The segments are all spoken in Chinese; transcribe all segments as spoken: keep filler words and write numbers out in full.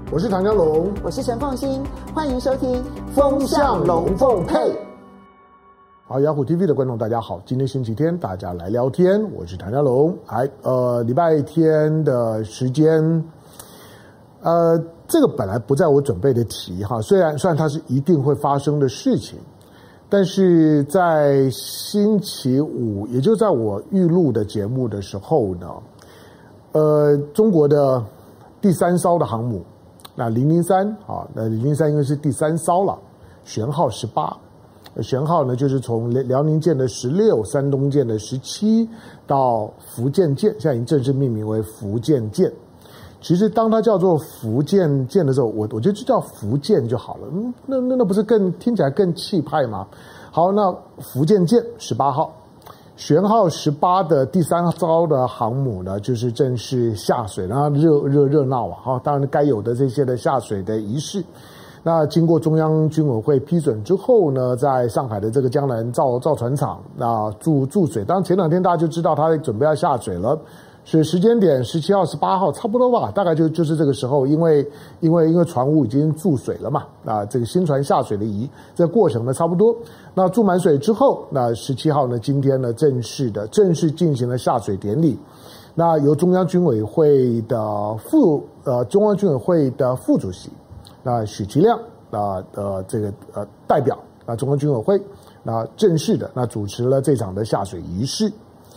我是唐湘龙， 我是陈凤馨，欢迎收听 《风向龙凤配》。好，雅虎 T V 的观众大家好，今天星期天，大家来聊天，我是唐湘龙。还呃，礼拜天的时间，呃，这个本来不在我准备的题哈，虽然虽然它是一定会发生的事情，但是在星期五，也就在我预录的节目的时候呢，呃，中国的第三艘的航母，那零零三啊，那零零三应该是第三艘了，舷号十八。舷号呢，就是从辽宁舰的十六、山东舰的十七到福建舰，现在已经正式命名为福建舰。其实当它叫做福建舰的时候，我我觉得就叫福建就好了，嗯，那那那不是更听起来更气派吗？好，那福建舰十八号，舷号十八的第三艘的航母呢，就是正式下水，然后热热热闹啊！哈，当然该有的这些的下水的仪式。那经过中央军委会批准之后呢，在上海的这个江南造造船厂那注注水，当然前两天大家就知道它准备要下水了，是时间点十七号、十八号差不多吧，大概就就是这个时候，因为因为因为船坞已经注水了嘛，啊，这个新船下水的仪，这个过程呢差不多。那注满水之后，那十七号呢，今天呢正式的正式进行了下水典礼。那由中央军委会的副呃中央军委会的副主席。那许其亮啊呃这个呃代表啊中央军委会那正式的那主持了这场的下水仪式。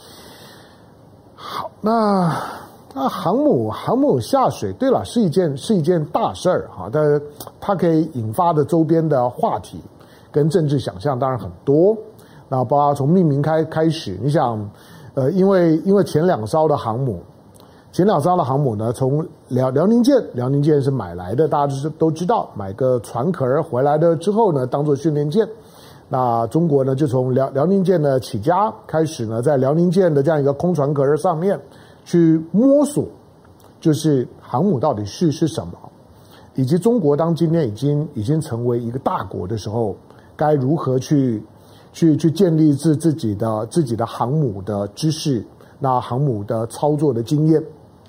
好，那那航母航母下水，对了，是一件是一件大事儿哈，但它可以引发的周边的话题跟政治想象当然很多。那包括从命名开开始，你想呃因为因为前两艘的航母。前两艘的航母呢，从辽辽宁舰，辽宁舰是买来的，大家就是都知道，买个船壳回来的之后呢，当做训练舰。那中国呢，就从辽辽宁舰的起家开始呢，在辽宁舰的这样一个空船壳上面去摸索，就是航母到底是是什么，以及中国当今天已经已经成为一个大国的时候，该如何去去去建立自自己的自己的航母的知识，那航母的操作的经验。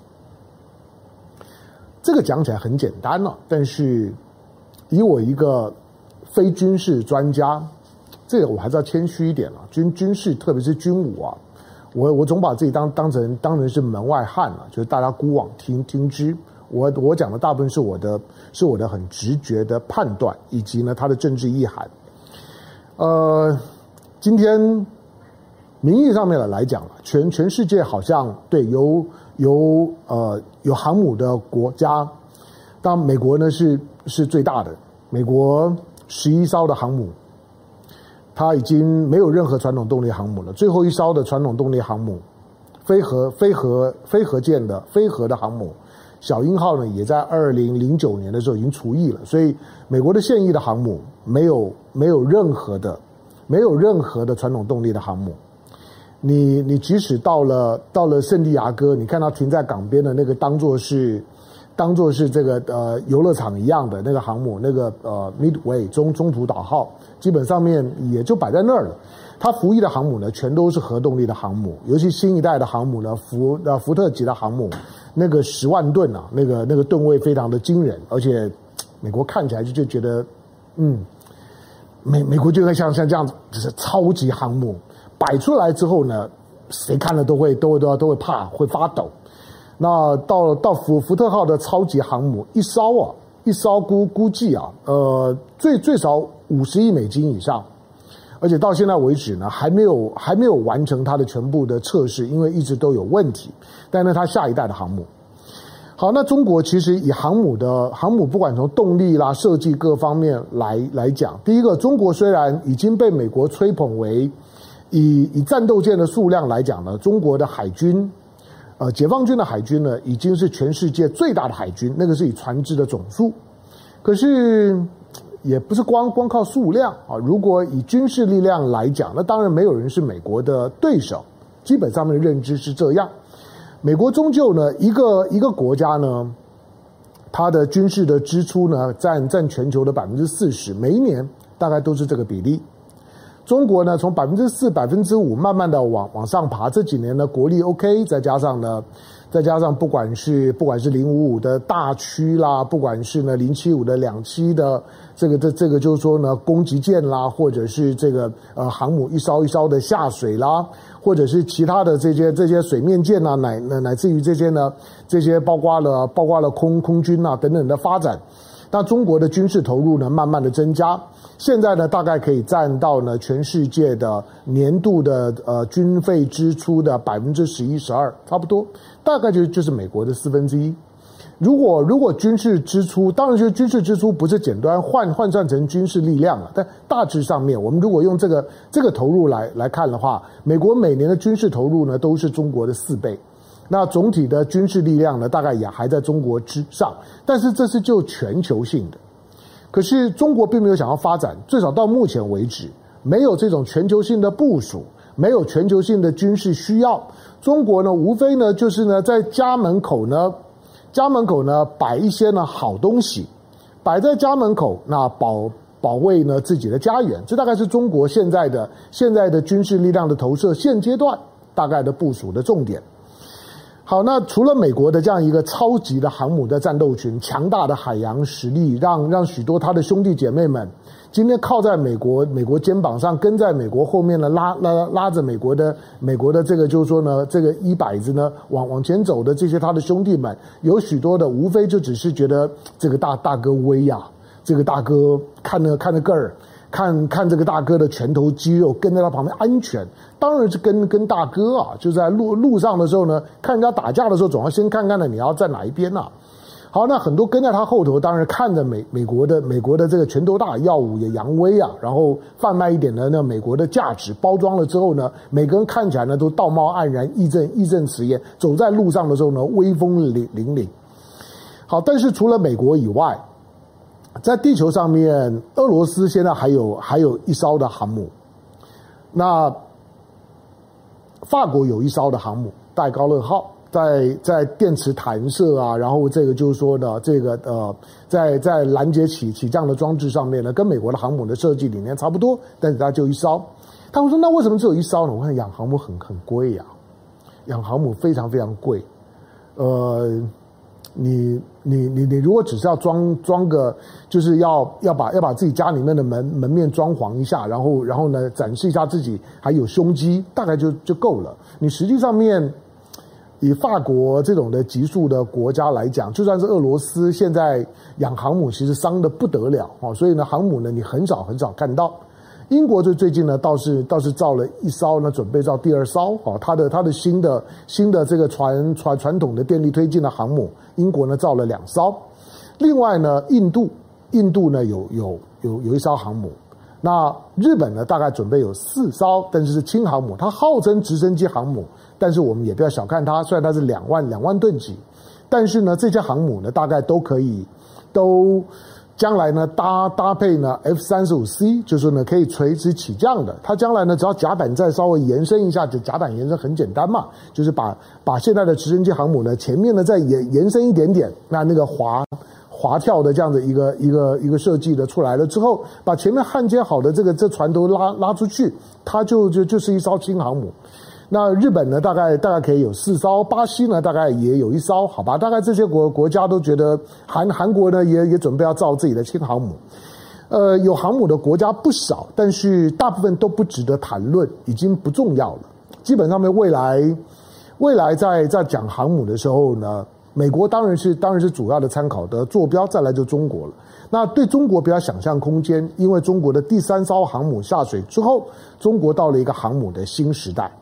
这个讲起来很简单了，但是以我一个非军事专家，这个我还是要谦虚一点了。军军事，特别是军武啊，我我总把自己当当成当成是门外汉了，就是大家姑妄听听之。我我讲的大部分是我的是我的很直觉的判断，以及呢它的政治意涵。呃，今天名义上面的来讲了，全全世界好像对由由呃有航母的国家，当然美国呢是是最大的，美国十一艘的航母，它已经没有任何传统动力航母了，最后一艘的传统动力航母，非核非核非核舰的非核的航母小鹰号呢，也在二零零九年的时候已经除役了，所以美国的现役的航母没有没有任何的没有任何的传统动力的航母。你你即使到了到了圣地亚哥，你看到停在港边的那个当作是当作是这个呃游乐场一样的那个航母，那个呃 Midway 中中途岛号，基本上面也就摆在那儿了。它服役的航母呢，全都是核动力的航母，尤其新一代的航母呢，福呃福特级的航母，那个十万吨啊，那个那个吨位非常的惊人，而且美国看起来就就觉得，嗯，美美国就会像像这样子，就是超级航母。摆出来之后呢，谁看了都会都会都都会怕，会发抖。那到到福福特号的超级航母一艘啊，一艘估估计啊，呃，最最少五十亿美金以上，而且到现在为止呢，还没有还没有完成它的全部的测试，因为一直都有问题。但是它下一代的航母，好，那中国其实以航母的航母，不管从动力啦、设计各方面来来讲，第一个，中国虽然已经被美国吹捧为以以战斗舰的数量来讲呢，中国的海军，呃，解放军的海军呢，已经是全世界最大的海军，那个是以船只的总数。可是也不是光光靠数量啊，如果以军事力量来讲，那当然没有人是美国的对手，基本上面的认知是这样。美国终究呢，一个一个国家呢，它的军事的支出呢，占占全球的百分之四十，每一年大概都是这个比例。 中国呢从百分之四、百分之五慢慢的往往上爬，这几年呢国力 OK， 再加上呢。再加上不管是不管是零五五的大驱啦，不管是呢零七五的两栖的这个这这个就是说呢攻击舰啦，或者是这个呃航母一艘一艘的下水啦，或者是其他的这些这些水面舰啊，乃乃乃至于这些呢这些包括了包括了空空军啊等等的发展，那中国的军事投入呢慢慢的增加。现在呢，大概可以占到呢全世界的年度的呃军费支出的百分之十一、十二，差不多，大概就就是美国的四分之一。如果如果军事支出，当然就是军事支出不是简单换换算成军事力量了，但大致上面，我们如果用这个这个投入来来看的话，美国每年的军事投入呢都是中国的四倍。那总体的军事力量呢，大概也还在中国之上，但是这是就全球性的。可是中国并没有想要发展，最少到目前为止，没有这种全球性的部署，没有全球性的军事需要。中国呢，无非呢就是呢在家门口呢，家门口呢摆一些呢好东西，摆在家门口，那保保卫呢自己的家园。这大概是中国现在的现在的军事力量的投射，现阶段大概的部署的重点。好，那除了美国的这样一个超级的航母的战斗群，强大的海洋实力，让让许多他的兄弟姐妹们今天靠在美国美国肩膀上，跟在美国后面呢，拉拉拉着美国的美国的这个就是说呢，这个一摆子呢往往前走的这些他的兄弟们，有许多的无非就只是觉得这个大大哥威呀、啊，这个大哥看着看着个儿。看看这个大哥的拳头肌肉，跟在他旁边安全，当然是跟跟大哥啊，就在路路上的时候呢，看人家打架的时候，总要先看看呢你要站哪一边啊。好，那很多跟在他后头，当然看着美美国的美国的这个拳头大，耀武也扬威啊，然后贩卖一点的那美国的价值，包装了之后呢，每个人看起来呢都道貌岸然，义正义正辞严，走在路上的时候呢，威风凛凛凛。好，但是除了美国以外，在地球上面，俄罗斯现在还有还有一艘的航母，那法国有一艘的航母戴高乐号，在在电池弹射啊，然后这个就是说呢，这个呃，在在拦截起起降的装置上面呢，跟美国的航母的设计理念差不多，但是它就一艘。他们说那为什么只有一艘呢？我看养航母很很贵呀、啊，养航母非常非常贵，呃。你你你你如果只是要装装个，就是要要把要把自己家里面的门门面装潢一下，然后然后呢展示一下自己还有胸肌，大概就就够了。你实际上面以法国这种的急速的国家来讲，就算是俄罗斯现在养航母，其实伤得不得了哦，所以呢航母呢你很少很少看到。英国最最近呢，倒是倒是造了一艘呢，准备造第二艘哦。它的它的新的新的这个传传传统的电力推进的航母，英国呢造了两艘。另外呢，印度印度呢有有有有一艘航母。那日本呢，大概准备有四艘，但是是轻航母，它号称直升机航母，但是我们也不要小看它，虽然它是两万两万吨级，但是呢，这些航母呢，大概都可以都。将来呢搭搭配呢 F 三十五 C， 就是呢可以垂直起降的。它将来呢只要甲板再稍微延伸一下，就甲板延伸很简单嘛，就是把把现在的直升机航母呢前面呢再延延伸一点点，那那个滑滑跳的这样的一个一个一个设计的出来了之后，把前面焊接好的这个这船头拉拉出去，它就就就是一艘轻航母。那日本呢，大概大概可以有四艘，巴西呢，大概也有一艘，好吧？大概这些国国家都觉得韩韩国呢，也也准备要造自己的轻航母。呃，有航母的国家不少，但是大部分都不值得谈论，已经不重要了。基本上面未来未来在在讲航母的时候呢，美国当然是当然是主要的参考的坐标，再来就中国了。那对中国比较想象空间，因为中国的第三艘航母下水之后，中国到了一个航母的新时代。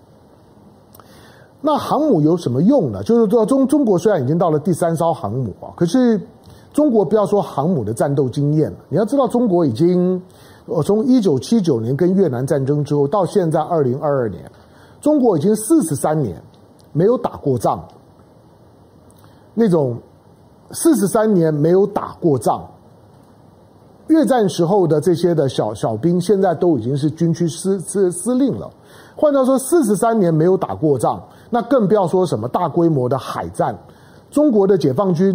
那航母有什么用呢？就是说中中国虽然已经到了第三艘航母啊，可是中国不要说航母的战斗经验了，你要知道中国已经，呃，从一九七九年跟越南战争之后到现在二零二二年，中国已经四十三年没有打过仗，那种四十三年没有打过仗。越战时候的这些的小小兵，现在都已经是军区司司司令了。换句话说，四十三年没有打过仗，那更不要说什么大规模的海战。中国的解放军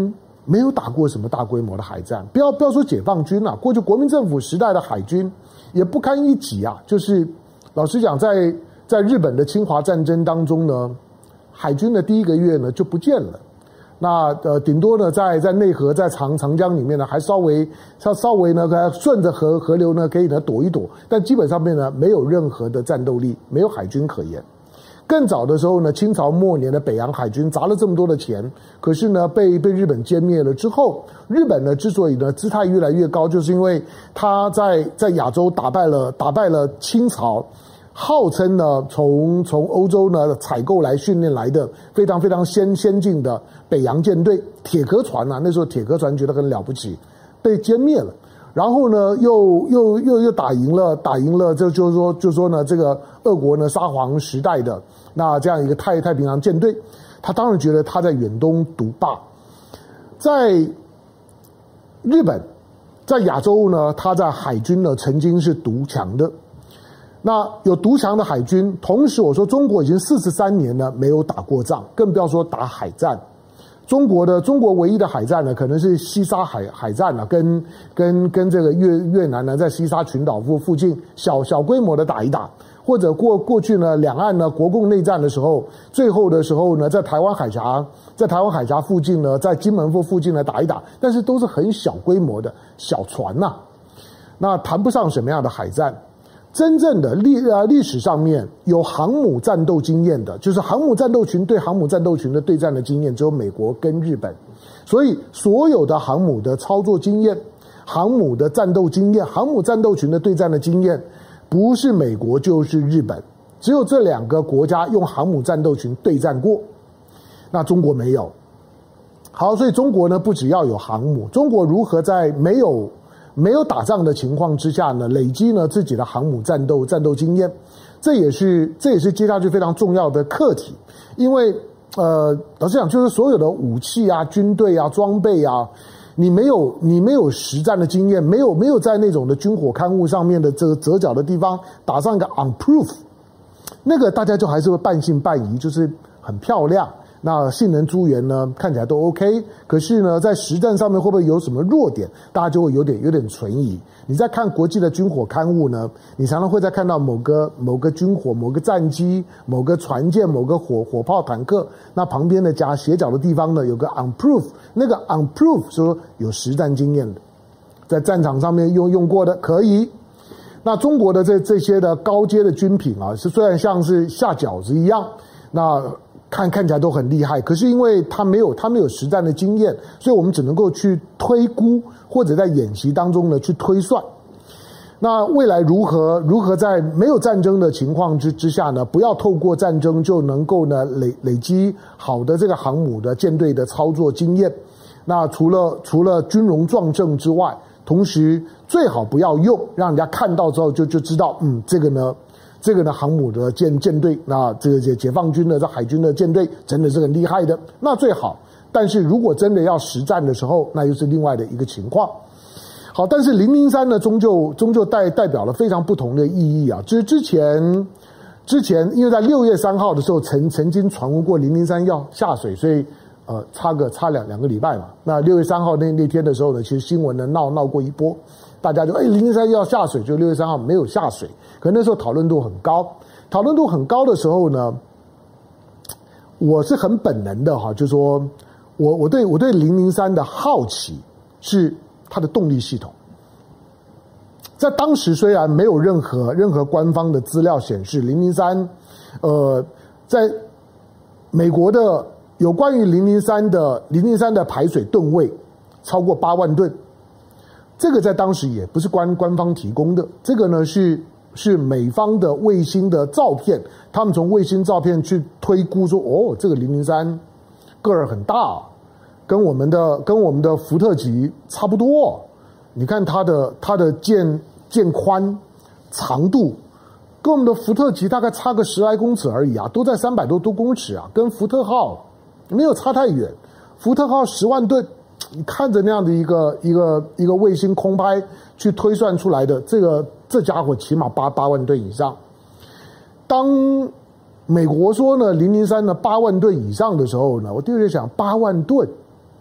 没有打过什么大规模的海战，不要不要说解放军啊，过去国民政府时代的海军也不堪一击啊。就是老实讲，在在日本的侵华战争当中呢，海军的第一个月呢就不见了。那呃，顶多呢，在在内河、在长长江里面呢，还稍微稍稍微呢，顺着河河流呢，可以呢躲一躲，但基本上面呢，没有任何的战斗力，没有海军可言。更早的时候呢，清朝末年的北洋海军砸了这么多的钱，可是呢，被被日本歼灭了之后，日本呢之所以呢姿态越来越高，就是因为他在在亚洲打败了打败了清朝。号称呢，从从欧洲呢采购来训练来的非常非常先先进的北洋舰队铁壳船啊，那时候铁壳船觉得很了不起，被歼灭了。然后呢，又又又又打赢了，打赢了，就就是说就说呢，这个俄国呢沙皇时代的那这样一个太太平洋舰队，他当然觉得他在远东独霸，在日本，在亚洲呢，他在海军呢曾经是独强的。那有独强的海军，同时我说中国已经四十三年呢没有打过仗，更不要说打海战。中国的中国唯一的海战呢，可能是西沙海海战了，跟跟跟这个越越南呢在西沙群岛附附近小小规模的打一打，或者过过去呢两岸呢国共内战的时候，最后的时候呢在台湾海峡在台湾海峡附近呢，在金门附附近呢打一打，但是都是很小规模的小船呐、啊，那谈不上什么样的海战。真正的历呃历史上面有航母战斗经验的，就是航母战斗群对航母战斗群的对战的经验，只有美国跟日本。所以所有的航母的操作经验、航母的战斗经验、航母战斗群的对战的经验，不是美国就是日本，只有这两个国家用航母战斗群对战过，那中国没有。好，所以中国呢不只要有航母，中国如何在没有没有打仗的情况之下呢，累积呢自己的航母战斗战斗经验，这也是这也是接下去非常重要的课题。因为呃，老实讲，就是所有的武器啊、军队啊、装备啊，你没有你没有实战的经验，没有没有在那种的军火刊物上面的这个折角的地方打上一个 unproof， 那个大家就还是会半信半疑，就是很漂亮。那性能诸元呢看起来都 OK， 可是呢在实战上面会不会有什么弱点，大家就会有点有点存疑。你在看国际的军火刊物呢，你常常会在看到某个某个军火、某个战机、某个船舰、某个火火炮坦克，那旁边的夹斜角的地方呢有个 unproof， 那个 unproof 是说有实战经验的，在战场上面用用过的可以。那中国的这这些的高阶的军品啊，是虽然像是下饺子一样，那看看起来都很厉害，可是因为他没有他没有实战的经验，所以我们只能够去推估，或者在演习当中呢去推算。那未来如何如何在没有战争的情况之之下呢，不要透过战争就能够呢累累积好的这个航母的舰队的操作经验。那除了除了军容壮正之外，同时最好不要用，让人家看到之后就就知道，嗯，这个呢。这个呢，航母的舰舰队，那这个解解放军的这海军的舰队真的是很厉害的，那最好。但是如果真的要实战的时候，那又是另外的一个情况。好，但是零零三呢，终究终究代代表了非常不同的意义啊。就是之前之前，因为在六月三号的时候，曾曾经传闻过零零三要下水，所以呃，差个差两两个礼拜嘛。那六月三号那那天的时候呢，其实新闻呢闹闹过一波。大家就哎，零零三要下水，就六月三号没有下水。可那时候讨论度很高，讨论度很高的时候呢，我是很本能的哈，就说我我对我对零零三的好奇是它的动力系统。在当时虽然没有任何任何官方的资料显示零零三，呃，在美国的有关于零零三的零零三的排水吨位超过八万吨。这个在当时也不是官官方提供的，这个呢是是美方的卫星的照片，他们从卫星照片去推估说，哦，这个零零三个儿很大，跟我们的跟我们的福特级差不多。你看它的它的舰舰宽长度，跟我们的福特级大概差个十来公尺而已啊，都在三百多多公尺啊，跟福特号没有差太远。福特号十万吨。你看着那样的一个一个一个卫星空拍去推算出来的，这个这家伙起码八八万吨以上。当美国说呢零零三呢八万吨以上的时候呢，我第一个想八万吨，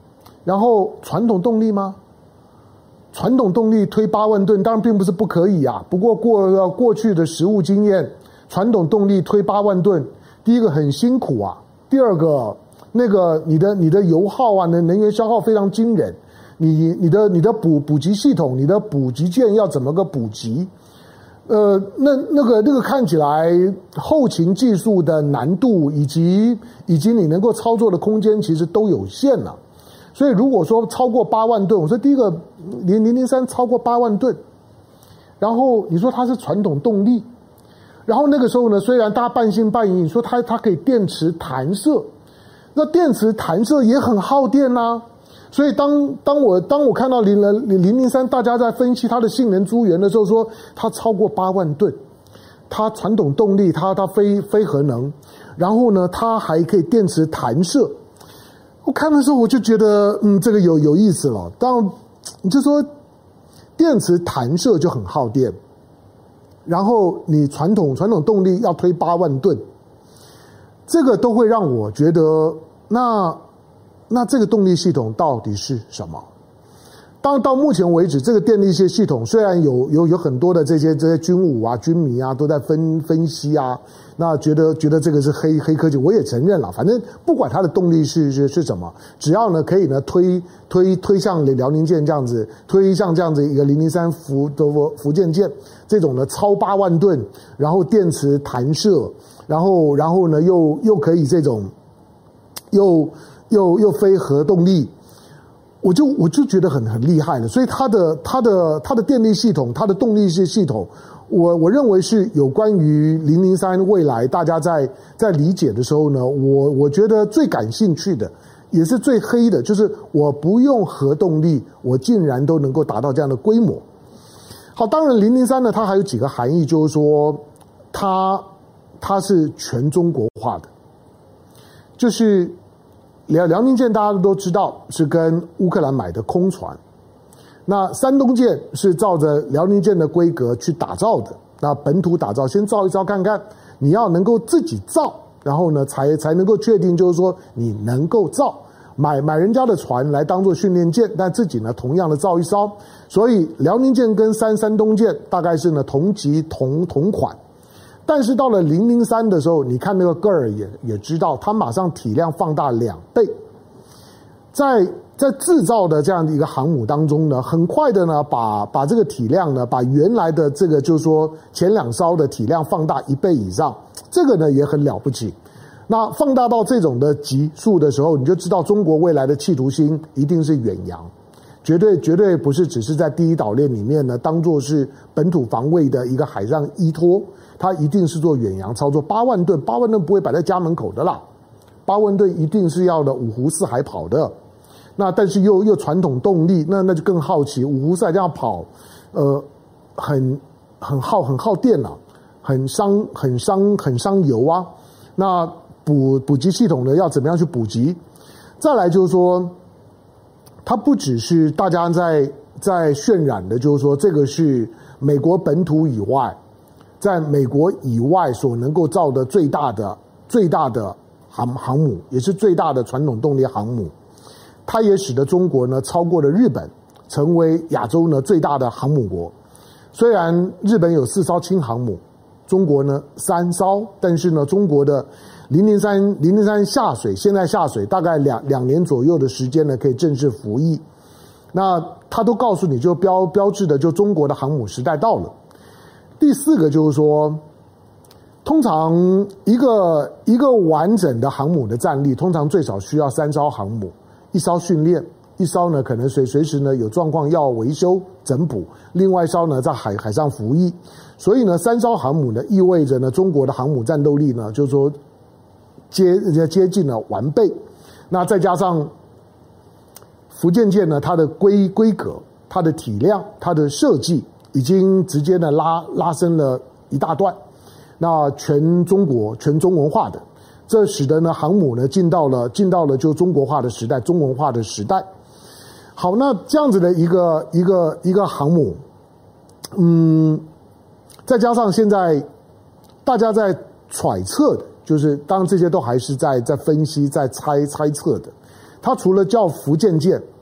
然后传统动力吗？传统动力推八万吨，当然并不是不可以啊。不过过过去的实务经验，传统动力推八万吨，第一个很辛苦啊，第二个那个你的你的油耗啊，能能源消耗非常惊人。你你的你的补补给系统，你的补给舰要怎么个补给？呃，那那个那个看起来后勤技术的难度，以及以及你能够操作的空间，其实都有限了。所以如果说超过八万吨，我说第一个零零零三超过八万吨，然后你说它是传统动力，然后那个时候呢，虽然大家半信半疑，你说它它可以电池弹射，那电池弹射也很耗电啊。所以当当我当我看到零零零零三大家在分析它的性能资源的时候，说它超过八万吨，它传统动力，它它非非核能，然后呢，它还可以电池弹射。我看的时候我就觉得，嗯，这个有有意思了。当然，你就说电池弹射就很耗电，然后你传统传统动力要推八万吨，这个都会让我觉得那。那这个动力系统到底是什么？当到目前为止，这个电力系系统虽然有有有很多的这些这些军武啊、军迷啊都在分分析啊，那觉得觉得这个是黑黑科技，我也承认了。反正不管它的动力是是是什么，只要呢可以呢推推推向辽宁舰这样子，推向这样子一个零零三福的福建舰这种呢超八万吨，然后电池弹射，然后然后呢又又可以这种又。又又非核动力，我就我就觉得很很厉害了。所以它的它的它的电力系统，它的动力系统，我我认为是有关于零零三未来大家在在理解的时候呢，我我觉得最感兴趣的，也是最黑的，就是我不用核动力，我竟然都能够达到这样的规模。好，当然零零三呢，它还有几个含义，就是说它它是全中国化的，就是。辽辽宁舰大家都知道是跟乌克兰买的空船，那山东舰是照着辽宁舰的规格去打造的，那本土打造先造一造看看，你要能够自己造，然后呢才才能够确定就是说你能够造，买买人家的船来当做训练舰，但自己呢同样的造一艘，所以辽宁舰跟山山东舰大概是呢同级同同款。但是到了零零三的时候，你看那个个儿也也知道，它马上体量放大两倍，在在制造的这样的一个航母当中呢，很快的呢把把这个体量呢，把原来的这个就是说前两艘的体量放大一倍以上，这个呢也很了不起。那放大到这种的级数的时候，你就知道中国未来的企图心一定是远洋。绝对绝对不是只是在第一岛链里面呢，当作是本土防卫的一个海上依托，它一定是做远洋操作。八万吨，八万吨不会摆在家门口的啦，八万吨一定是要的五湖四海跑的。那但是又又传统动力，那那就更好奇，五湖四海这样跑，呃，很很耗很耗电啊，很伤很伤很伤油啊。那补补给系统呢，要怎么样去补给？再来就是说。它不只是大家在在渲染的，就是说这个是美国本土以外，在美国以外所能够造的最大的最大的航航母，也是最大的传统动力航母。它也使得中国呢超过了日本，成为亚洲呢最大的航母国。虽然日本有四艘轻航母，中国呢三艘，但是呢中国的零零三零零三下水，现在下水大概两两年左右的时间呢，可以正式服役。那他都告诉你就标标志的，就中国的航母时代到了。第四个就是说，通常一个一个完整的航母的战力，通常最少需要三艘航母，一艘训练，一艘呢可能随随时呢有状况要维修整补，另外一艘呢在海海上服役。所以呢，三艘航母呢意味着呢中国的航母战斗力呢，就是说。接接近了完备，那再加上福建舰呢，它的规规格、它的体量、它的设计，已经直接呢拉拉伸了一大段。那全中国、全中文化的，这使得呢航母呢进到了进到了就中国化的时代、中文化的时代。好，那这样子的一个一个一个航母，嗯，再加上现在大家在揣测的。就是当然这些都还是在在分析在猜猜测的，它除了叫福建舰，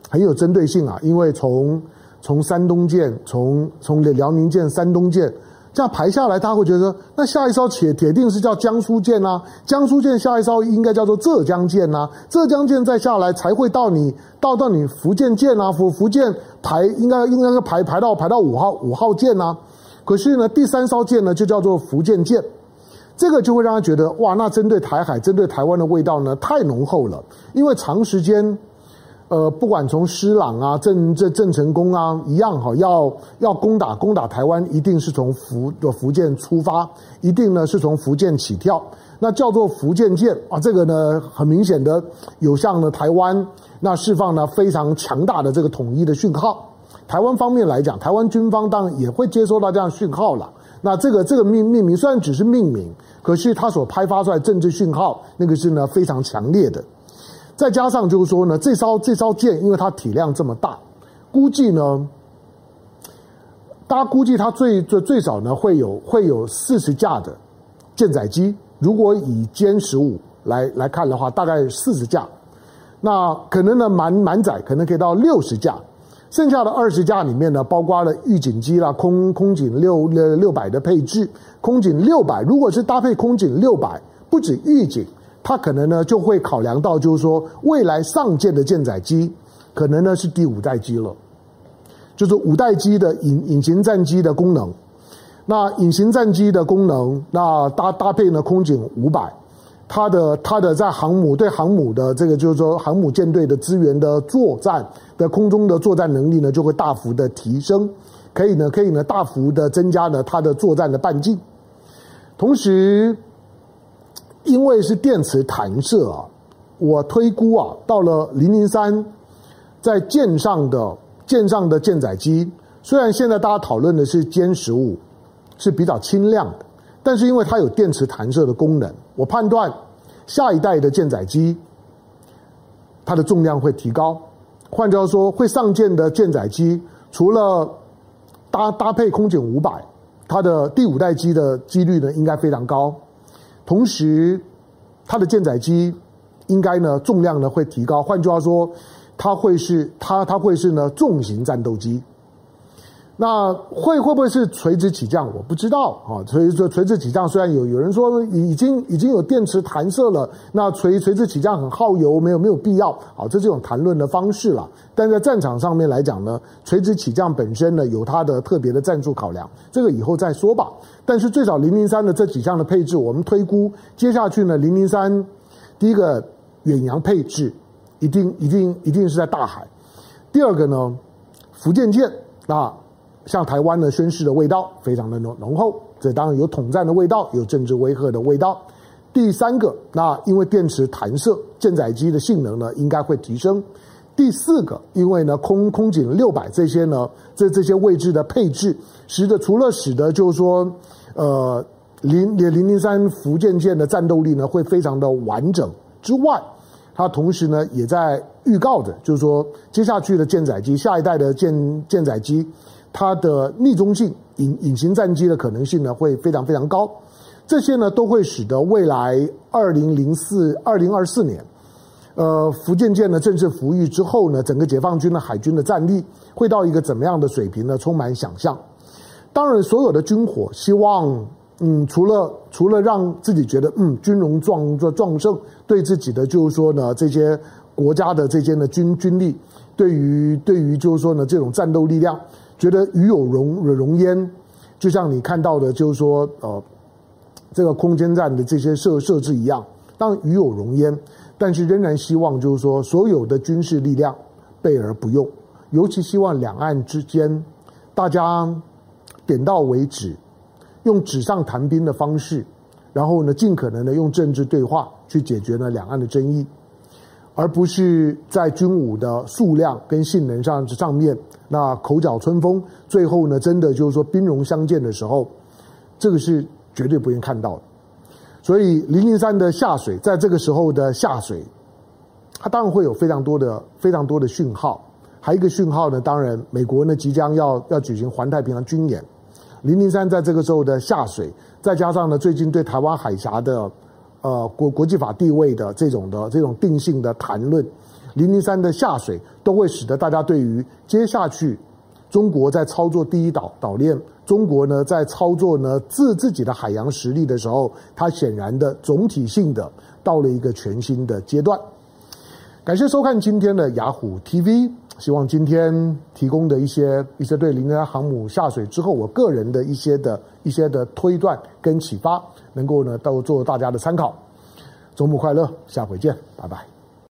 很有针对性啊，因为从从山东舰，从从辽宁舰、山东舰这样排下来，他会觉得那下一艘铁铁定是叫江苏舰啊，江苏舰下一艘应该叫做浙江舰啊，浙江舰再下来才会到你到到你福建舰啊，福福建排应该应该排排到排到五号五号舰啊，可是呢第三艘舰呢就叫做福建舰，这个就会让他觉得哇，那针对台海、针对台湾的味道呢太浓厚了，因为长时间。呃，不管从施琅啊、郑郑郑成功啊一样哈，要要攻打攻打台湾，一定是从福福建出发，一定呢是从福建起跳。那叫做福建舰啊，这个呢很明显的有向呢台湾那释放呢非常强大的这个统一的讯号。台湾方面来讲，台湾军方当然也会接收到这样讯号了。那这个这个命命名虽然只是命名，可是它所拍发出来政治讯号，那个是呢非常强烈的。再加上就是说呢，这艘这艘舰，因为它体量这么大，估计呢，大家估计它最最最少呢会有会有四十架的舰载机。如果以歼十五来来看的话，大概四十架。那可能呢满满载可能可以到六十架，剩下的二十架里面呢，包括了预警机啦、空空警六六六百的配置，空警六百，如果是搭配空警六百，不止预警。他可能呢就会考量到，就是说未来上舰的舰载机，可能呢是第五代机了，就是五代机的隐隐形战机的功能。那隐形战机的功能，那搭搭配呢空警五百，它的它的在航母对航母的这个就是说航母舰队的资源的作战的空中的作战能力呢就会大幅的提升，可以呢可以呢大幅的增加呢它的作战的半径，同时。因为是电磁弹射啊，我推估啊，到了零零三，在舰上的舰上的舰载机，虽然现在大家讨论的是歼十五，是比较轻量的，但是因为它有电磁弹射的功能，我判断下一代的舰载机，它的重量会提高。换句话说，会上舰的舰载机，除了搭搭配空警五百，它的第五代机的几率呢应该非常高。同时，它的舰载机应该呢重量呢会提高，换句话说，它会是它它会是呢重型战斗机。那会会不会是垂直起降？我不知道啊。所以说垂直起降虽然有有人说已经已经有电磁弹射了，那垂垂直起降很耗油，没有没有必要啊，这是这种谈论的方式了。但在战场上面来讲呢，垂直起降本身呢有它的特别的战术考量，这个以后再说吧。但是最少零零三的这几项的配置，我们推估接下去呢，零零三第一个远洋配置一定一定一定是在大海，第二个呢福建舰啊。向台湾呢宣示的味道非常的浓浓厚，这当然有统战的味道，有政治威吓的味道。第三个，那因为电磁弹射，舰载机的性能呢应该会提升。第四个，因为呢空空警六百这些呢这这些位置的配置，使得除了使得就是说呃零零零三福建舰的战斗力呢会非常的完整之外，它同时呢也在预告着，就是说接下去的舰载机，下一代的舰舰载机。它的逆中性隐隐形战机的可能性呢会非常非常高，这些呢都会使得未来二零零四二零二四年，呃福建舰呢正式服役之后呢，整个解放军的海军的战力会到一个怎么样的水平呢？充满想象。当然，所有的军火希望，嗯，除了除了让自己觉得嗯军容壮壮盛，对自己的就是说呢这些国家的这些呢军军力，对于对于就是说呢这种战斗力量。觉得与有荣荣焉，就像你看到的，就是说，呃，这个空间站的这些设设置一样，当然与有荣焉，但是仍然希望就是说，所有的军事力量备而不用，尤其希望两岸之间大家点到为止，用纸上谈兵的方式，然后呢，尽可能的用政治对话去解决呢两岸的争议。而不是在军武的数量跟性能上上面，那口角春风，最后呢，真的就是说兵戎相见的时候，这个是绝对不愿看到的。所以零零三的下水，在这个时候的下水，它当然会有非常多的非常多的讯号。还有一个讯号呢，当然美国呢即将要要举行环太平洋军演，零零三在这个时候的下水，再加上呢最近对台湾海峡的。呃，国国际法地位的这种的这种定性的谈论， 零零三的下水，都会使得大家对于接下去中国在操作第一岛岛链，中国呢在操作呢自自己的海洋实力的时候，它显然的总体性的到了一个全新的阶段。感谢收看今天的雅虎 T V， 希望今天提供的一些一些对零零三航母下水之后我个人的一些的一些的推断跟启发，能够呢都做大家的参考。周末快乐，下回见，拜拜。